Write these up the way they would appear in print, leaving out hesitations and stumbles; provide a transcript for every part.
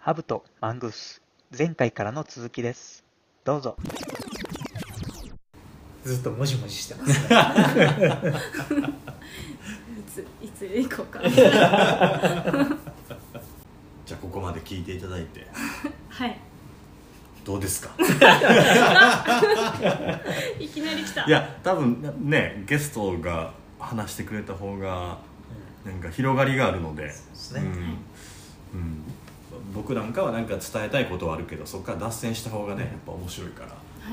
ハブとマングース、前回からの続きです。どうぞ。 ずっともじもじしてますねいつ行こうかじゃあここまで聞いていただいてはいどうですかいきなり来た。 いや多分ねゲストが話してくれた方がなんか広がりがあるので、僕なんかはなんか伝えたいことはあるけどそこから脱線した方がねやっぱ面白いから、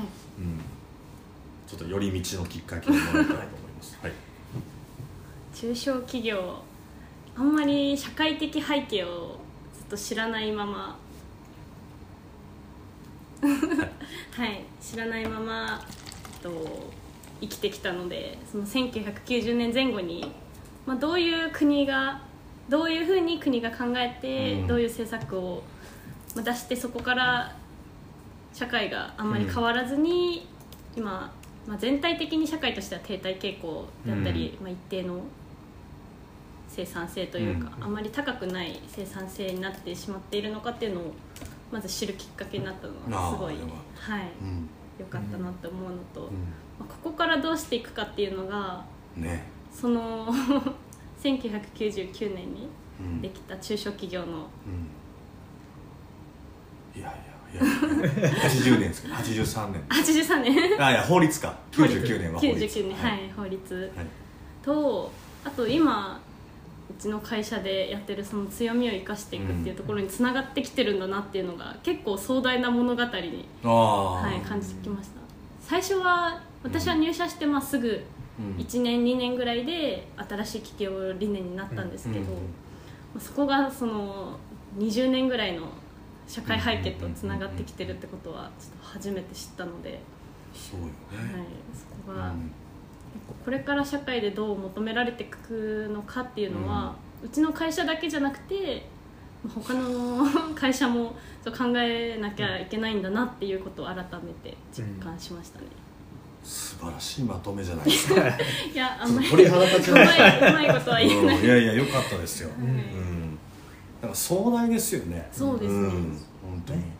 ちょっと寄り道のきっかけにもらいたいと思います、はい、 中小企業あんまり社会的背景をずっと知らないままはい知らないまま生きてきたので、その1990年前後に、どういうふうに国が考えて、どういう政策を出して、そこから社会があんまり変わらずに、今、全体的に社会としては停滞傾向だったり、一定の生産性というか、あんまり高くない生産性になってしまっているのかっていうのをまず知るきっかけになったのはすごい、良かったなって思うのと、ここからどうしていくかっていうのが、その1999年にできた中小企業の、 いや80年ですけど83 年いや法律か99年は法律 99年、法律、とあと今うちの会社でやってるその強みを生かしていくっていうところにつながってきてるんだなっていうのが結構壮大な物語に、感じてきました。最初は私は入社してすぐ1年2年ぐらいで新しい企業理念になったんですけど、そこがその20年ぐらいの社会背景とつながってきてるってことはちょっと初めて知ったので、 そうよね、 そこが、これから社会でどう求められていくのかっていうのは、うちの会社だけじゃなくて他の会社も考えなきゃいけないんだなっていうことを改めて実感しましたね。 素晴らしいまとめじゃないですかいやあんまり鳥肌立ちましたうまいことは言えない、 いや良かったですよ、なんか壮大ですよね。 そうですね、 本当に、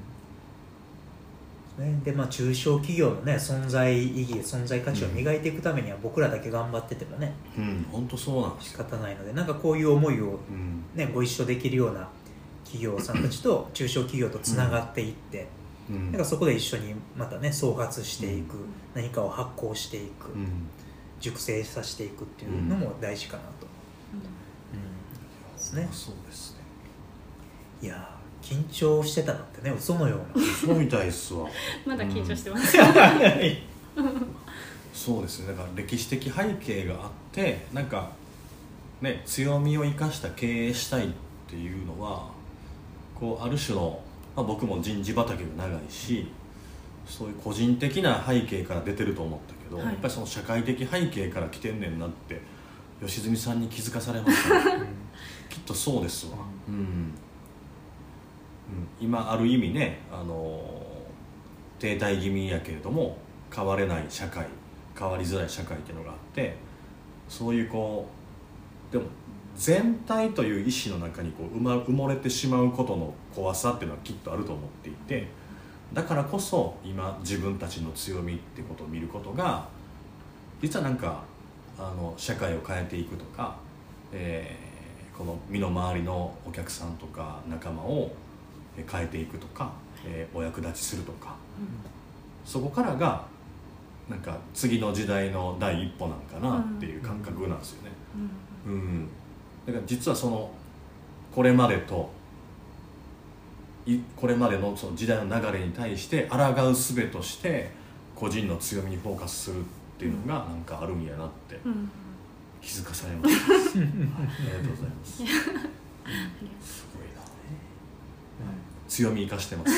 で中小企業のね存在意義存在価値を磨いていくためには僕らだけ頑張っててもね、 本当そうなんです仕方ないので、なんかこういう思いを、ご一緒できるような企業さんたちと中小企業とつながっていって、なんかそこで一緒にまたね創発していく、何かを発行していく、熟成させていくっていうのも大事かなと、 そうですね。 いや緊張してたなんてね嘘のようなそうみたいですわまだ緊張してます、 そうですね。だから歴史的背景があってなんかね強みを生かした経営したいっていうのはこうある種の、僕も人事畑が長いしそういう個人的な背景から出てると思ったけど、やっぱりその社会的背景から来てんねんなって吉住さんに気づかされましたねきっとそうですわ、今ある意味ね、停滞気味やけれども変われない社会変わりづらい社会っていうのがあって、そういうでも全体という意思の中に埋もれてしまうことの怖さっていうのはきっとあると思っていて、だからこそ今自分たちの強みってことを見ることが実はなんか社会を変えていくとか、この身の回りのお客さんとか仲間を変えていくとか、お役立ちするとか、そこからがなんか次の時代の第一歩なんかなっていう感覚なんですよね。だから実はこれまでのその時代の流れに対して抗う術として個人の強みにフォーカスするっていうのがなんかあるんやなって気づかされました、ありがとうございますすごいな、強み生かしてます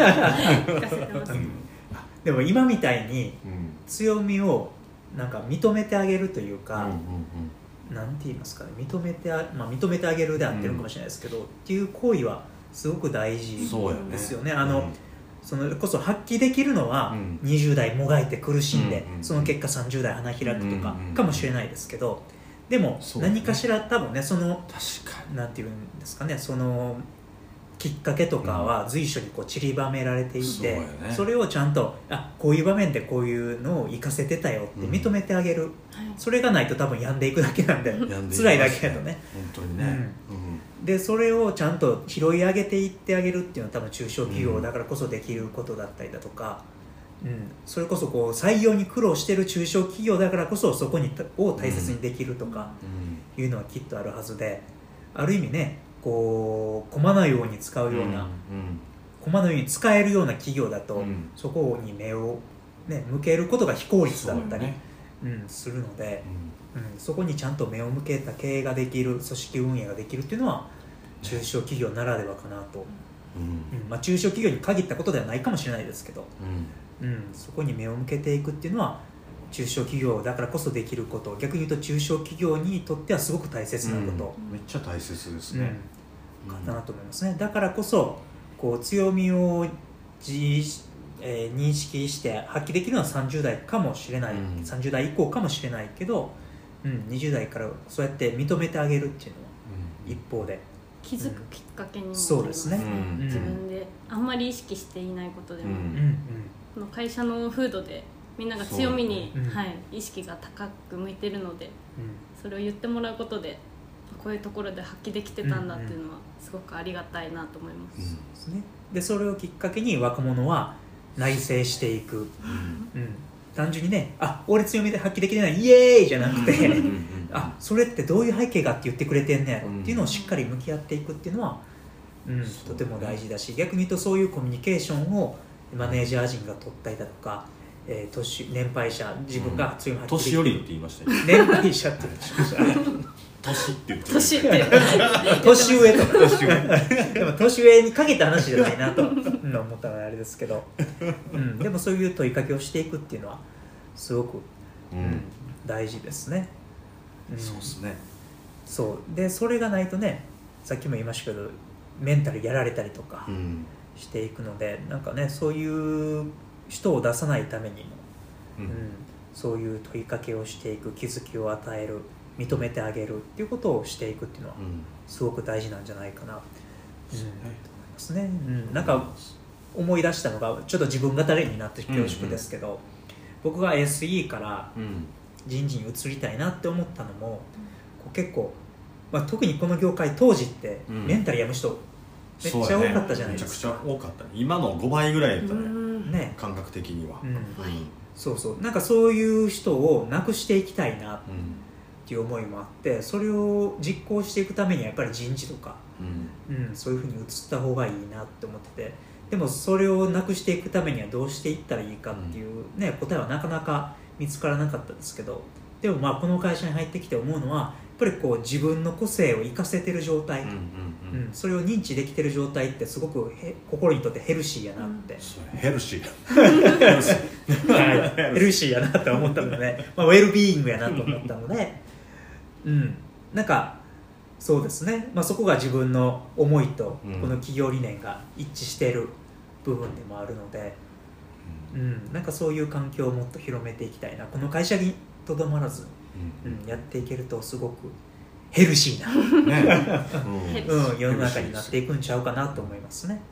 でも今みたいに強みをなんか認めてあげるというか、なんて言いますかね、認めてあげるであってるかもしれないですけど、っていう行為はすごく大事ですよね。それこそ発揮できるのは20代もがいて苦しんで、その結果30代花開くとかかもしれないですけど、でも何かしら多分ねなんていうんですかね、 きっかけとかは随所にこう散りばめられていて、 そうやねそれをちゃんとこういう場面でこういうのを活かせてたよって認めてあげる、 はい、 それがないと多分病んでいくだけなんで辛いだけだとね本当にね、 でそれをちゃんと拾い上げていってあげるっていうのは多分中小企業だからこそできることだったりだとか、それこそこう採用に苦労してる中小企業だからこそそこを大切にできるとかいうのはきっとあるはずで、ある意味ねこう駒のように使うような、駒のように使えるような企業だと、そこに目を、ね、向けることが非効率だったり、するので、そこにちゃんと目を向けた経営ができる組織運営ができるっていうのは中小企業ならではかなと、中小企業に限ったことではないかもしれないですけど、そこに目を向けていくっていうのは中小企業だからこそできること、逆に言うと中小企業にとってはすごく大切なこと、 めっちゃ大切ですね、 かなと思いますね。だからこそこう強みを認識して発揮できるのは30代かもしれない、30代以降かもしれないけど、20代からそうやって認めてあげるっていうのは、一方で気づくきっかけにもなります、 そうですね、 自分であんまり意識していないことでも、この会社の風土でみんなが強みに、意識が高く向いてるので、それを言ってもらうことでこういうところで発揮できてたんだっていうのはすごくありがたいなと思います、 でそれをきっかけに若者は内省していく、単純にね俺強みで発揮できてないイエーイじゃなくてそれってどういう背景がって言ってくれてんねやろっていうのをしっかり向き合っていくっていうのは、とても大事だし、逆に言うとそういうコミュニケーションをマネージャー陣が取ったりだとか、年配者自分が強み発揮できる、 年寄りって言いましたよ年配者って言ってました年って言って年って年上とかでも年上に限った話じゃないなと思ったのはあれですけど、でもそういう問いかけをしていくっていうのはすごく、大事ですね、 そうですね。 そうでそれがないとね、さっきも言いましたけどメンタルやられたりとかしていくので、なんかねそういう人を出さないためにも、そういう問いかけをしていく、気づきを与える、認めてあげるっていうことをしていくっていうのはすごく大事なんじゃないかなと思いますね。なんか思い出したのがちょっと自分語りになって恐縮ですけど、僕が SE から人事に移りたいなって思ったのも、結構、特にこの業界当時ってメンタルやむ人めっちゃ多かったじゃないですか。 めちゃくちゃ多かったね。今の5倍ぐらいだったね、感覚的には、そうなんかそういう人をなくしていきたいなっていう思いもあって、それを実行していくためにはやっぱり人事とか、そういうふうに移った方がいいなって思ってて、でもそれをなくしていくためにはどうしていったらいいかっていう、答えはなかなか見つからなかったですけど、でもこの会社に入ってきて思うのは、やっぱりこう自分の個性を生かせてる状態、それを認知できてる状態ってすごく心にとってヘルシーやなって、 ヘルシーヘルシーやなって思ったので、ウェルビーイングやなと思ったので、なんかそうですね、そこが自分の思いとこの企業理念が一致している部分でもあるので、なんかそういう環境をもっと広めていきたいな、この会社にとどまらず、やっていけるとすごくヘルシーな、世の中になっていくんちゃうかなと思いますね。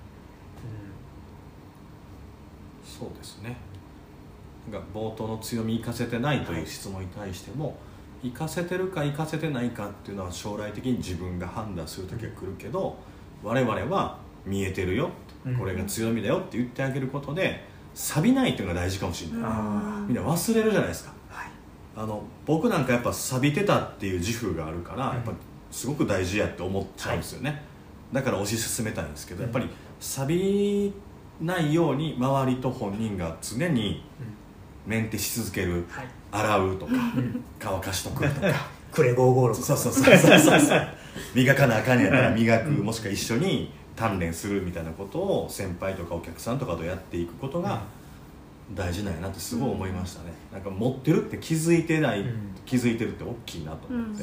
そうですね。なんか冒頭の強み生かせてないという質問に対しても、生かせてるか生かせてないかっていうのは将来的に自分が判断する時が来るけど、我々は見えてるよ、これが強みだよって言ってあげることで錆びないっていうのが大事かもしれない。みんな忘れるじゃないですか。僕なんかやっぱ錆びてたっていう自負があるから、やっぱすごく大事やって思っちゃうんですよね、だから推し進めたいんですけど、やっぱり錆びないように周りと本人が常にメンテし続ける、洗うとか、乾かしとくとかクレ556、 そう磨かなあかんやったら磨く、もしくは一緒に鍛錬するみたいなことを先輩とかお客さんとかとやっていくことが大事なんやなってすごい思いましたね。なんか持ってるって気づいてない、気づいてるって大きいなと思って、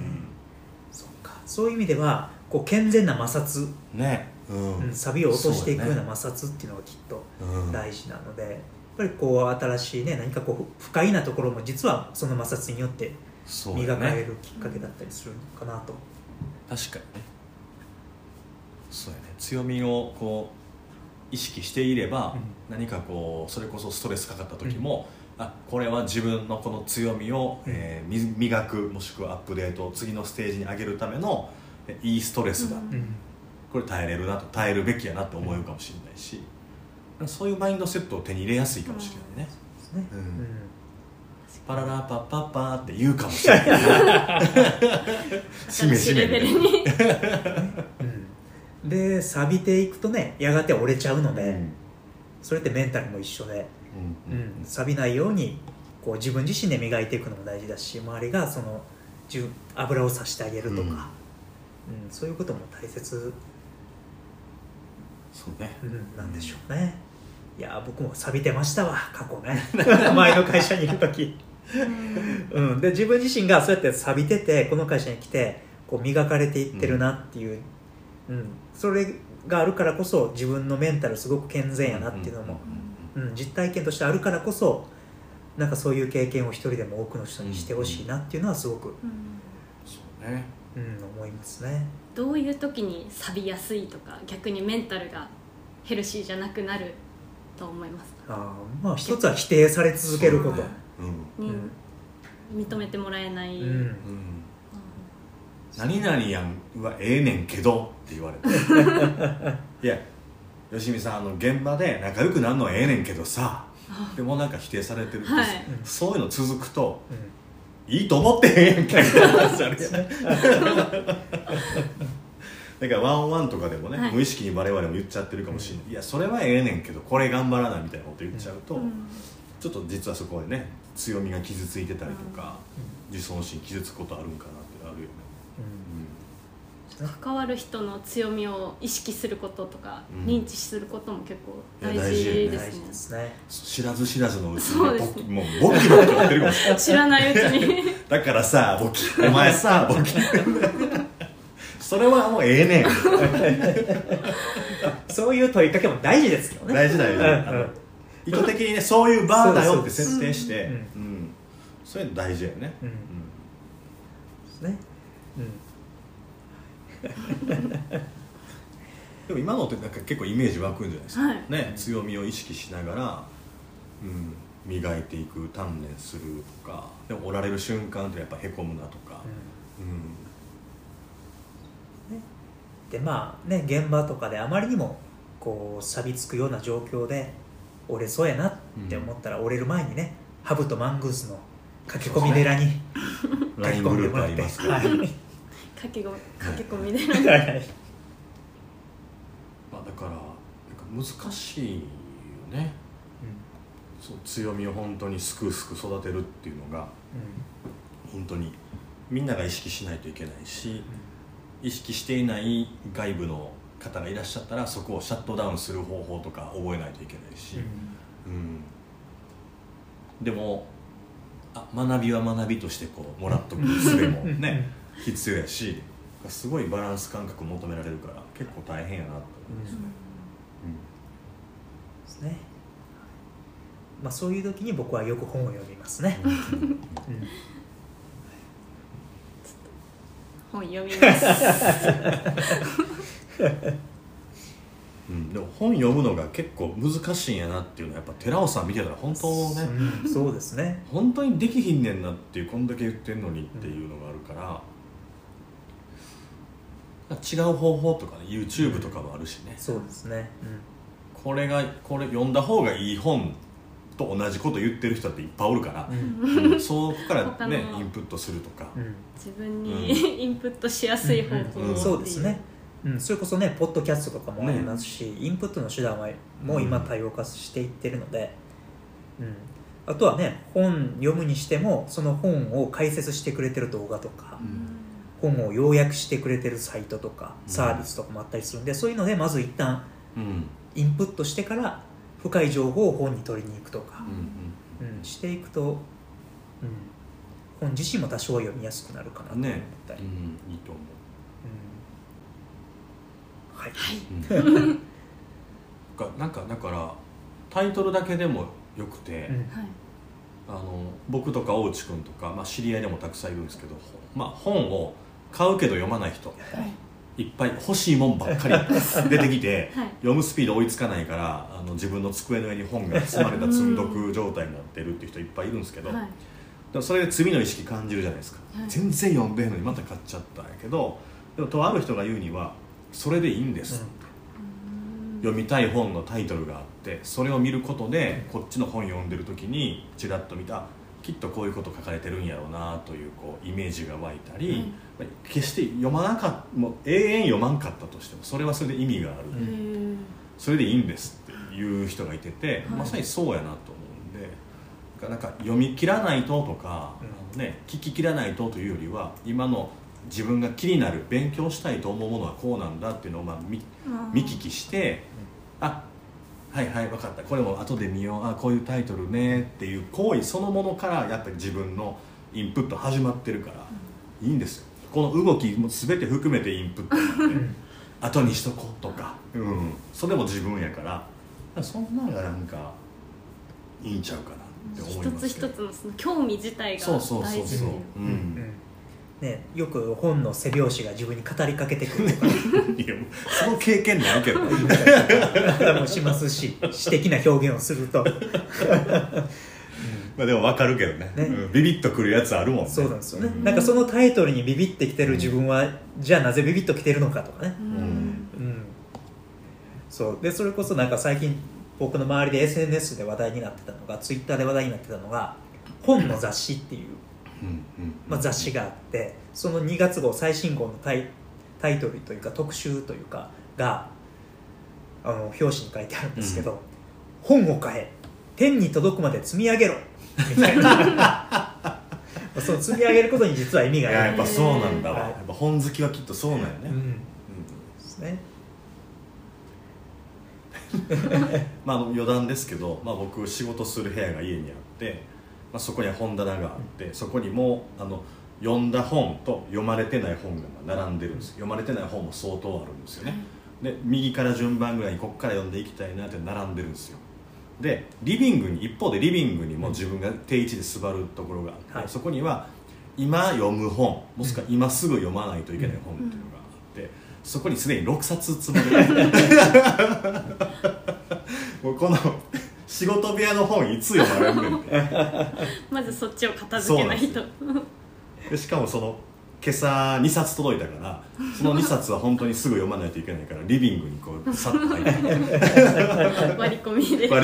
そういう意味ではこう健全な摩擦ね、 錆を落としていくような摩擦っていうのがきっと大事なので、やっぱりこう新しい何かこう不快なところも実はその摩擦によって磨かれるきっかけだったりするのかなと。 確かにね。 そうやね、強みをこう意識していれば、 うん、 何かこうそれこそストレスかかった時も、これは自分のこの強みを、磨くもしくはアップデート次のステージに上げるためのいいストレスだ、これ耐えれるなと耐えるべきやなと思えるかもしれないし、そういうマインドセットを手に入れやすいかもしれないね、パララパッパッパーって言うかもしれないしめしめみたいなで錆びていくとねやがて折れちゃうので、それってメンタルも一緒で、錆びないようにこう自分自身で磨いていくのも大事だし、周りがその油をさしてあげるとか、そういうことも大切、 そうね、 なんでしょうね。いや僕も錆びてましたわ過去ね前の会社にいる時で自分自身がそうやって錆びててこの会社に来てこう磨かれていってるなっていう、それがあるからこそ自分のメンタルすごく健全やなっていうのも、実体験としてあるからこそなんかそういう経験を一人でも多くの人にしてほしいなっていうのはすごく、 そうね、 思いますね。 どういう時に錆びやすいとか逆にメンタルがヘルシーじゃなくなると思いますか？ まあ一つは否定され続けること、 に認めてもらえない、 何々やんはええねんけどって言われていや吉見さん現場で仲良くなるのはええねんけどさでもなんか否定されてるって、そういうの続くと、いいと思ってへんやんかみたいな話あるよねだからワンオンワンとかでもね、無意識に我々も言っちゃってるかもしれない、いやそれはええねんけどこれ頑張らないみたいなこと言っちゃうと、ちょっと実はそこでね強みが傷ついてたりとか、自尊心傷つくことあるんかなってあるよね、 関わる人の強みを意識することとか、認知することも結構大事ですね。 知らず知らずのうちにもうボキボキやってるかもしれない知らないうちにだからさボキお前さボキそれはもうええねんそういう問いかけも大事ですけどね。 大事だよ、意図的にねそういうバーだよって設定してそういうの大事だよね、 ですね。 でも今のってなんか結構イメージ湧くんじゃないですか、ね、強みを意識しながら、磨いていく鍛錬するとか、でも折られる瞬間ってやっぱへこむなとか、 でまあね現場とかであまりにもこう錆びつくような状況で折れそうやなって思ったら、折れる前にねハブとマングースの駆け込み寺に書き込んでもらって、 駆け込み寺にだから難しいよね、そう強みを本当にすくすく育てるっていうのが、本当にみんなが意識しないといけないし、意識していない外部の方がいらっしゃったらそこをシャットダウンする方法とか覚えないといけないし、でも学びは学びとしてこうもらっとく術もね必要やし、すごいバランス感覚求められるから結構大変やなと思いますね。 ですね。まあそういう時に僕はよく本を読みますね。 本読みますでも本読むのが結構難しいんやなっていうのはやっぱ寺尾さん見てたら本当ね、 そうですね、 本当にできひんねんなっていう、こんだけ言ってんのにっていうのがあるから、違う方法とかね YouTube とかもあるしね、 そうですね、 これ読んだ方がいい本と同じこと言ってる人っていっぱいおるから、そこからねインプットするとか、 自分にインプットしやすい方法、 そうですね、それこそねポッドキャストとかもありますし、インプットの手段はもう今多様化していってるので、あとはね本読むにしてもその本を解説してくれてる動画とか、本を要約してくれてるサイトとかサービスとかもあったりするんで、そういうのでまず一旦インプットしてから深い情報を本に取りに行くとか、していくと、本自身も多少読みやすくなるかなと思ったり、 いいと思う。 はい、 なんかだからタイトルだけでもよくて、僕とか大内くんとか、知り合いでもたくさんいるんですけど、本を買うけど読まない人いっぱい欲しいもんばっかり出てきて、 はい読むスピード追いつかないから自分の机の上に本が積まれた積んどく状態になってるっていう人いっぱいいるんですけど、 はいでもそれで罪の意識感じるじゃないですか、 はい全然読んでへんのにまた買っちゃったんやけど、でもとある人が言うにはそれでいいんです、読みたい本のタイトルがあってそれを見ることでこっちの本読んでる時にちらっと見たきっとこういうこと書かれてるんやろうなというイメージが湧いたり、決して読まなかったもう永遠読まんかったとしてもそれはそれで意味がある、それでいいんですっていう人がいてて、まさにそうやなと思うんで、なんか読み切らないととか、聞き切らないとというよりは今の自分が気になる勉強したいと思うものはこうなんだっていうのを見聞きして、はいはい分かった、これも後で見よう、こういうタイトルねっていう行為そのものからやっぱり自分のインプット始まってるからいいんですよ。この動きも全て含めてインプットなんで後にしとこうとか、それも自分やからそんなのがなんかいいんちゃうかなって思いますけど、 一つ一つのその興味自体が大事っていう。 ね、よく本の背表紙が自分に語りかけてくるとかいやその経験ないけどもしますし詩的な表現をするとまあでも分かるけど ね、ビビッとくるやつあるもんね。 そうなんですよね、なんかそのタイトルにビビってきてる自分は、じゃあなぜビビッときてるのかとかね、そうでそれこそなんか最近僕の周りで SNS で話題になってたのが Twitter で話題になってたのが本の雑誌っていう雑誌があって、その2月号最新号のタイトルというか特集というかが表紙に書いてあるんですけど、本を買え天に届くまで積み上げろみたいなその積み上げることに実は意味がある。 やっぱそうなんだわ、やっぱ本好きはきっとそうなんよね、 ですね余談ですけど、僕仕事する部屋が家にあって、そこには本棚があって、そこにも読んだ本と読まれてない本が並んでるんです。読まれてない本も相当あるんですよね、で右から順番ぐらいにここから読んでいきたいなって並んでるんですよ。で一方でリビングにも自分が定位置で座るところがあって、そこには今読む本もしくは今すぐ読まないといけない本っていうのがあって、そこにすでに6冊積まれてるもうこの仕事部屋の本いつ読まれるねんってまずそっちを片付けないと。 でしかもその今朝2冊届いたからその2冊は本当にすぐ読まないといけないからリビングにこうさっと入って割り込みで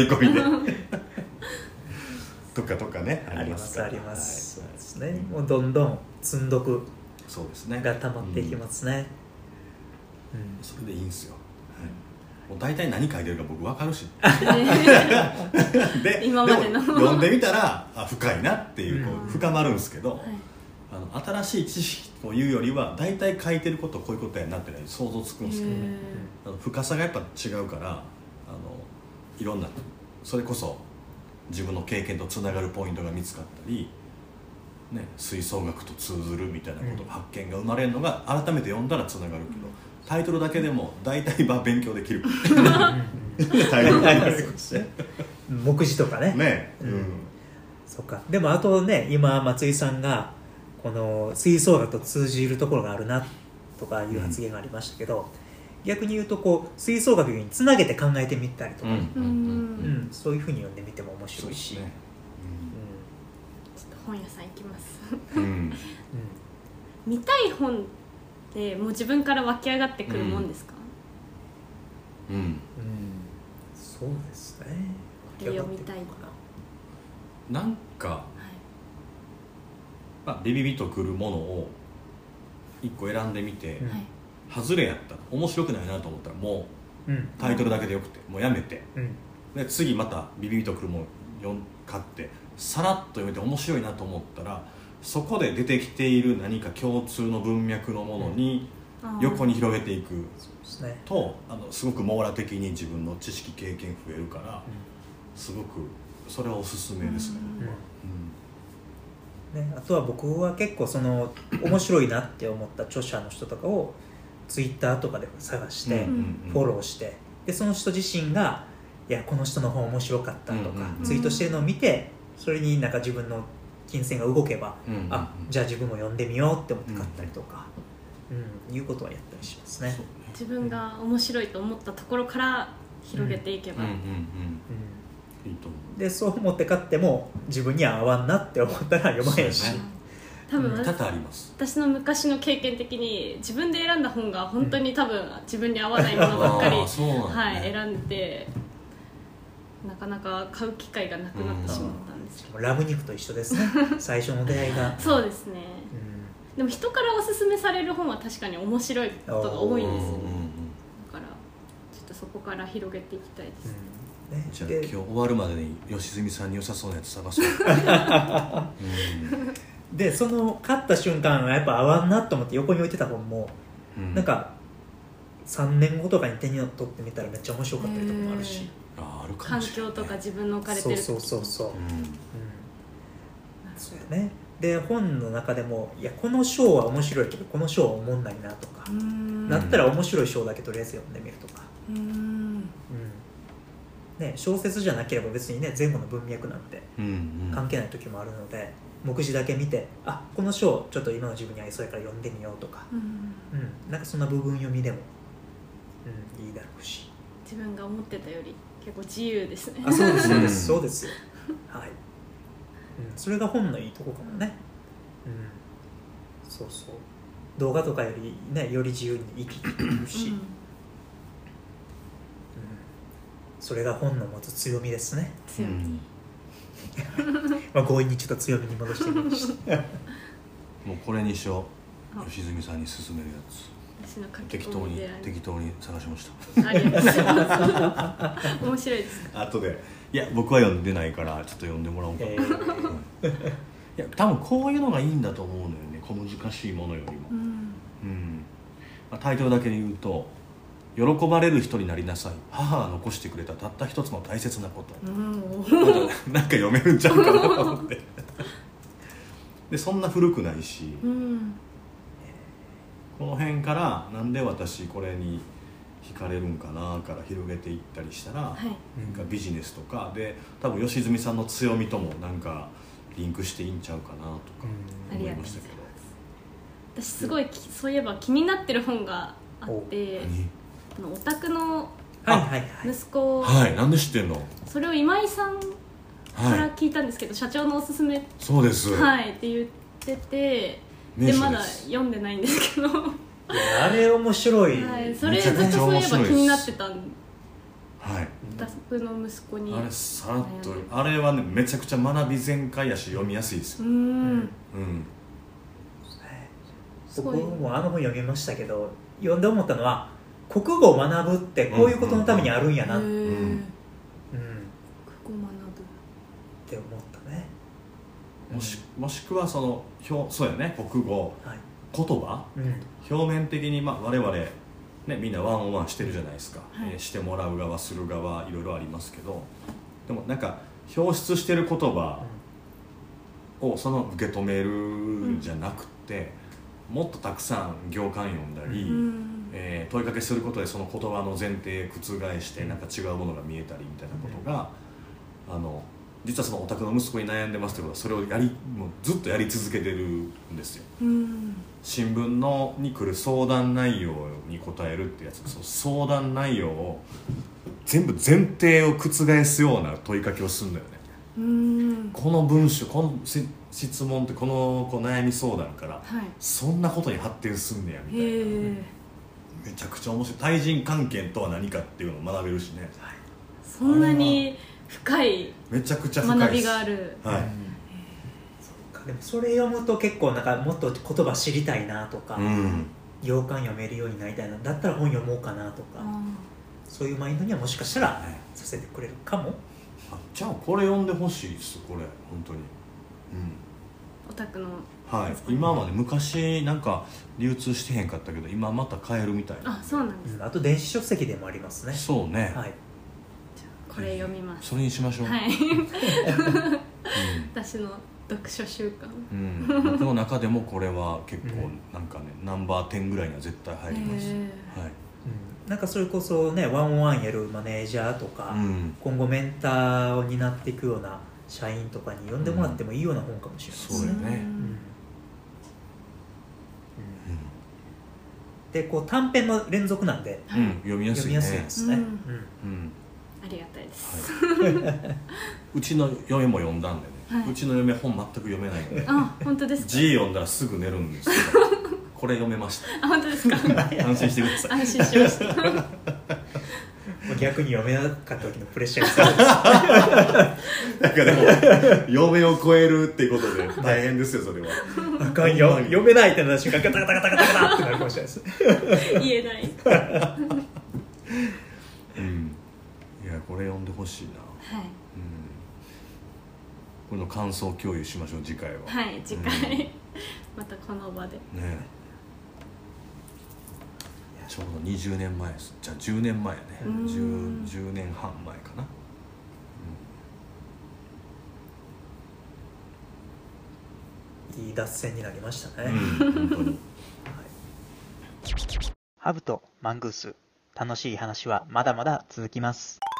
とかねありますあります、そうですね、もうどんどん積んどくが溜まっていきますね、 それでいいんですよ、もう大体何書いてるか僕分かるしで今までのでも読んでみたら深いなっていう、深まるんですけど、新しい知識というよりは大体書いてることこういうことやなって想像つくんですけどね、深さがやっぱ違うからいろんなそれこそ自分の経験とつながるポイントが見つかったり、吹奏楽と通ずるみたいなこと、発見が生まれるのが改めて読んだらつながるけど、タイトルだけでも大体勉強できるタイトルだけで目次とかねそうか。でもあとね、今松井さんがこの吹奏楽と通じるところがあるなとかいう発言がありましたけど、逆に言うとこう吹奏楽につなげて考えてみたりとか、そういうふうに読んでみても面白いし、ちょっと本屋さん行きます見たい本ってもう自分から湧き上がってくるもんですか？ そうですね、 これ読みたいとかなんか、ビビビとくるものを1個選んでみて、外れやったら面白くないなと思ったらもうタイトルだけでよくてもうやめて、で次またビビビとくるものを買ってさらっと読めて面白いなと思ったら、そこで出てきている何か共通の文脈のものに横に広げていくと、すごく網羅的に自分の知識経験増えるから、すごくそれはおすすめですね。 あとは僕は結構その面白いなって思った著者の人とかをツイッターとかで探してフォローして、でその人自身がいやこの人の本面白かったとかツイートしてるのを見て、それになんか自分の金銭が動けば、じゃあ自分も読んでみようって思って買ったりとか、 いうことはやったりしますね。 そうね自分が面白いと思ったところから広げていけば、 いいと思でそう思って買っても自分には合わんなって思ったら読まへんし、 そうやね多分う多々あります。 私の昔の経験的に自分で選んだ本が本当に多分自分に合わないものばっかり、 そうなんだねはい、選んでなかなか買う機会がなくなってしまったんですけど、 ラム肉と一緒ですね最初の出会いが、 そうですね。でも人からおすすめされる本は確かに面白いことが多いんですよね。だからちょっとそこから広げていきたいですね。 ねじゃあ今日終わるまでに吉住さんに良さそうなやつ探そうでその買った瞬間やっぱ合わんなと思って横に置いてた本も、なんか3年後とかに手に取ってみたらめっちゃ面白かったりとかもあるし、 あるか環もしれない、 境とか自分の置かれてる時そうそうやね。で本の中でもいやこの章は面白いけどこの章は思んないなとか、だったら面白い章だけとりあえず読んでみるとか、ね、小説じゃなければ別にね前後の文脈なんて関係ない時もあるので、目次だけ見てこの章ちょっと今の自分に合いそうやから読んでみようとか、なんかそんな部分読みでも、いいだろうし、 自分が思ってたより結構自由ですね。 そうですそうですそうですよ、はい、それが本のいいとこかもね、そうそう動画とかよりねより自由に生きていくし、それが本の持つ強みですね。 強み、 強引にちょっと強みに戻してみましたもうこれにしよう。吉住さんに勧めるやつ私の書き適当に込みで探しましたありがとうございます面白いですか。 後でいや僕は読んでないからちょっと読んでもらおうかな、いや多分こういうのがいいんだと思うのよね、小難しいものよりも、タイトルだけで言うと喜ばれる人になりなさい、母が残してくれたたった一つの大切なこと、なんか読めるんちゃうかなと思ってでそんな古くないし、この辺からなんで私これに惹かれるんかなから広げていったりしたら、なんかビジネスとかで多分吉住さんの強みともなんかリンクしていいんちゃうかなとか思いましたけど、 私すごいそういえば気になってる本があって、オタクの息子、 なんで知ってんの？ それを今井さんから聞いたんですけど、社長のおすすめそうです、 って言ってて、でまだ読んでないんですけどあれ面白い、 それずっとそういえば気になってたんで、オタクの息子にあれさらっとあれはねめちゃくちゃ学び全開やし読みやすいですよ。 僕もあの本読みましたけど、読んで思ったのは国語を学ぶってこういうことのためにあるんやな、 国語を学ぶって思ったね。 もしくはそうやね、国語、言葉、表面的に、我々、ね、みんなワンオンワンしてるじゃないですか、してもらう側する側いろいろありますけど、でもなんか表出してる言葉を受け止めるんじゃなくて、もっとたくさん行間読んだり、問いかけすることでその言葉の前提覆してなんか違うものが見えたりみたいなことが、実はそのお宅の息子に悩んでますってことはそれをもうずっとやり続けてるんですよ。新聞に来る相談内容に答えるってやつ、その相談内容を全部前提を覆すような問いかけをするんだよね。この文章、この質問ってこの悩み相談から、そんなことに発展すんねやみたいな、めちゃくちゃ面白い。対人関係とは何かっていうのを学べるしね、 そんなに深いめちゃくちゃ深い学びがある。 でもそれ読むと結構なんかもっと言葉知りたいなとか、行間読めるようになりたいな、だったら本読もうかなとか、そういうマインドにはもしかしたらさせてくれるかも。 じゃあこれ読んでほしいです、これ本当に。 オタクの、 今はね、昔なんか流通してへんかったけど今また買えるみたいな。 そうなんです。 あと電子書籍でもありますね。そうね、 これ読みます。 それにしましょう。 私の読書習慣、 僕の中でもこれは結構なんかね、ナンバー10ぐらいには絶対入ります。 なんかそれこそね、ワンオンワンやるマネージャーとか、今後メンターを担っていくような社員とかに読んでもらってもいいような本かもしれないですね。そうよね。 でこう短編の連続なんで、 読みやすいね。 ですね、 ありがたいです、 はい、うちの嫁も読んだんでね、はい、うちの嫁本全く読めないので、 あ、本当ですか。 字読んだらすぐ寝るんですけどこれ読めました。 あ、本当ですか。 安心してください。 安心しました逆に読めなかった時のプレッシャーがなんかでも嫁を超えるっていうことで大変ですよそれは。 あかんよ、読めないってなった瞬間ガタガタガタガタガタってなるかもしれないです言えない。 いやこれ読んでほしいな。はい。これの感想共有しましょう次回は。 はい、次回、またこの場で。 ね。ちょうど20年前です。じゃあ10年前ね。10年半前かな。 いい脱線になりましたね。 本当に。 ハブとマングース、楽しい話はまだまだ続きます。